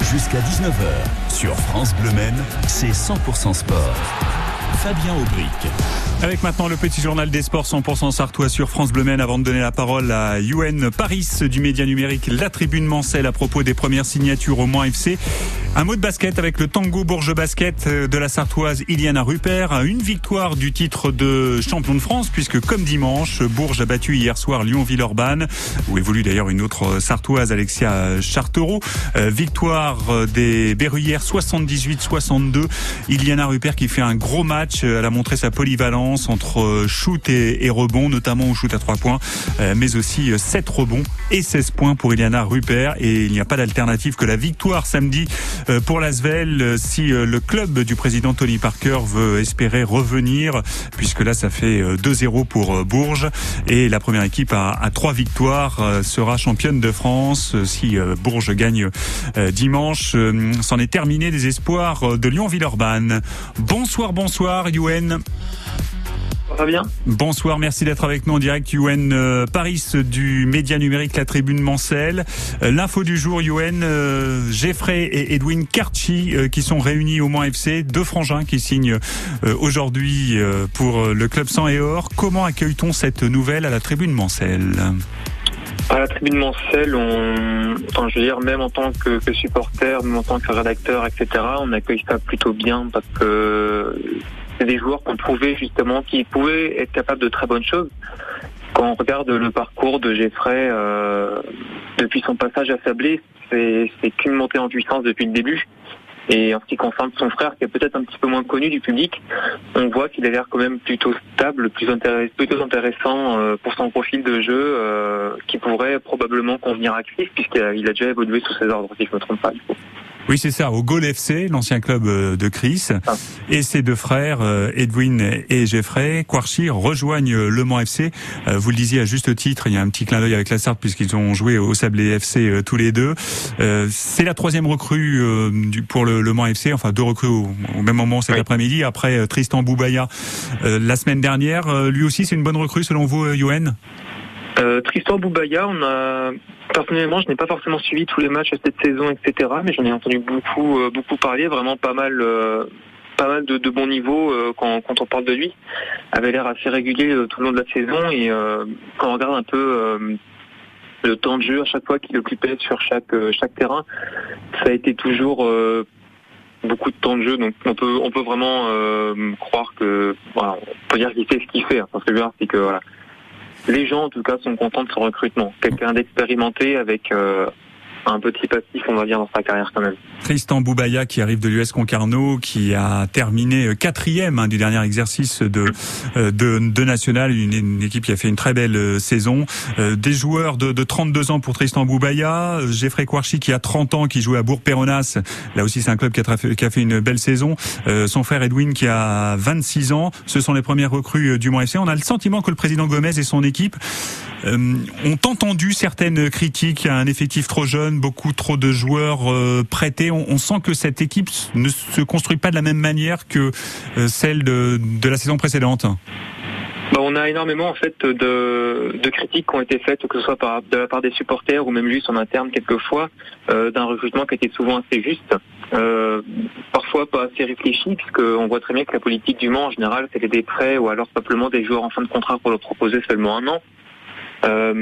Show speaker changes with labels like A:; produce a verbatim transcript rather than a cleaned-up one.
A: Jusqu'à dix-neuf heures, sur France Bleu Maine, c'est cent pour cent sport. Fabien Aubric.
B: Avec maintenant le petit journal des sports cent pour cent sartois sur France Bleu Maine, avant de donner la parole à Youen Paris du Média Numérique, la tribune Mancel à propos des premières signatures au Mans F C. Un mot de basket avec le Tango Bourges Basket de la Sartoise Iliana Rupert. Une victoire du titre de champion de France, puisque comme dimanche, Bourges a battu hier soir Lyon-Villeurbanne, où évolue d'ailleurs une autre Sartoise, Alexia Chartereau. Euh, victoire des Berruyères soixante-dix-huit soixante-deux. Iliana Rupert qui fait un gros match. Elle a montré sa polyvalence entre shoot et, et rebond, notamment au shoot à trois points, euh, mais aussi sept rebonds et seize points pour Iliana Rupert. Et il n'y a pas d'alternative que la victoire samedi euh, pour l'Asvel, euh, si euh, le club du président Tony Parker veut espérer revenir, puisque là ça fait euh, deux zéro pour euh, Bourges, et la première équipe à, à trois victoires euh, sera championne de France. Euh, si euh, Bourges gagne euh, dimanche, euh, c'en est terminé des espoirs de Lyon-Villeurbanne. Bonsoir, bonsoir Youen.
C: Ça va bien.
B: Bonsoir, merci d'être avec nous en direct. Youen euh, Paris du Média Numérique, la tribune Mancel. Euh, l'info du jour, Youen, euh, Jeffrey et Edwin Karchi euh, qui sont réunis au Mans F C, deux frangins qui signent euh, aujourd'hui euh, pour le club sang et or. Comment accueille-t-on cette nouvelle à la tribune Mancel ?
C: À la tribune Mancel, on, enfin, je veux dire, même en tant que, que supporter, même en tant que rédacteur, et cetera, on accueille ça plutôt bien parce que c'est des joueurs qu'on trouvait justement qui pouvaient être capables de très bonnes choses. Quand on regarde le parcours de Jeffrey euh, depuis son passage à Sablé, c'est, c'est qu'une montée en puissance depuis le début. Et en ce qui concerne son frère, qui est peut-être un petit peu moins connu du public, on voit qu'il a l'air quand même plutôt stable, plus intéress- plutôt intéressant euh, pour son profil de jeu, euh, qui pourrait probablement convenir à Chris, puisqu'il a, il a déjà évolué sous ses ordres, si je ne me trompe pas du coup.
B: Oui, c'est ça, au Gaulle F C, l'ancien club de Chris, ah. et ses deux frères, Edwin et Jeffrey Kwarchi, rejoignent le Mans F C. Vous le disiez à juste titre, il y a un petit clin d'œil avec la Sarthe puisqu'ils ont joué au Sablé F C tous les deux. C'est la troisième recrue pour le, le Mans F C, enfin deux recrues au, au même moment cet oui. après-midi, après Tristan Boubaya la semaine dernière. Lui aussi, c'est une bonne recrue selon vous, Youen ?
C: Euh, Tristan Boubaya, on a personnellement, je n'ai pas forcément suivi tous les matchs cette saison, et cetera. Mais j'en ai entendu beaucoup, euh, beaucoup parler, vraiment pas mal, euh, pas mal de, de bons niveaux euh, quand, quand on parle de lui. Avait l'air assez régulier euh, tout le long de la saison et euh, quand on regarde un peu euh, le temps de jeu à chaque fois qu'il occupait sur chaque euh, chaque terrain, ça a été toujours euh, beaucoup de temps de jeu. Donc on peut on peut vraiment euh, croire que, voilà, on peut dire qu'il sait ce qu'il fait. Hein, parce que je veux dire, c'est que voilà. Les gens, en tout cas, sont contents de son recrutement. Quelqu'un d'expérimenté avec euh, un petit passif, on va dire, dans sa carrière quand même.
B: Tristan Boubaya qui arrive de l'U S Concarneau, qui a terminé quatrième hein, du dernier exercice de, de, de National, une, une équipe qui a fait une très belle euh, saison. Euh, des joueurs de, de trente-deux ans pour Tristan Boubaya, Jeffrey Kwarchi qui a trente ans, qui jouait à Bourg-Péronas. Là aussi, c'est un club qui a, tra- qui a fait une belle saison. Euh, son frère Edwin qui a vingt-six ans. Ce sont les premières recrues du Mans F C. On a le sentiment que le président Gomez et son équipe euh, ont entendu certaines critiques à un effectif trop jeune, beaucoup trop de joueurs euh, prêtés. On, on sent que cette équipe ne se construit pas de la même manière que euh, celle de, de la saison précédente.
C: Bah, on a énormément en fait de, de critiques qui ont été faites, que ce soit par, de la part des supporters ou même lui en interne quelquefois, euh, d'un recrutement qui était souvent assez juste, euh, parfois pas assez réfléchi, puisqu'on voit très bien que la politique du Mans en général c'était des prêts ou alors simplement des joueurs en fin de contrat pour leur proposer seulement un an. Euh,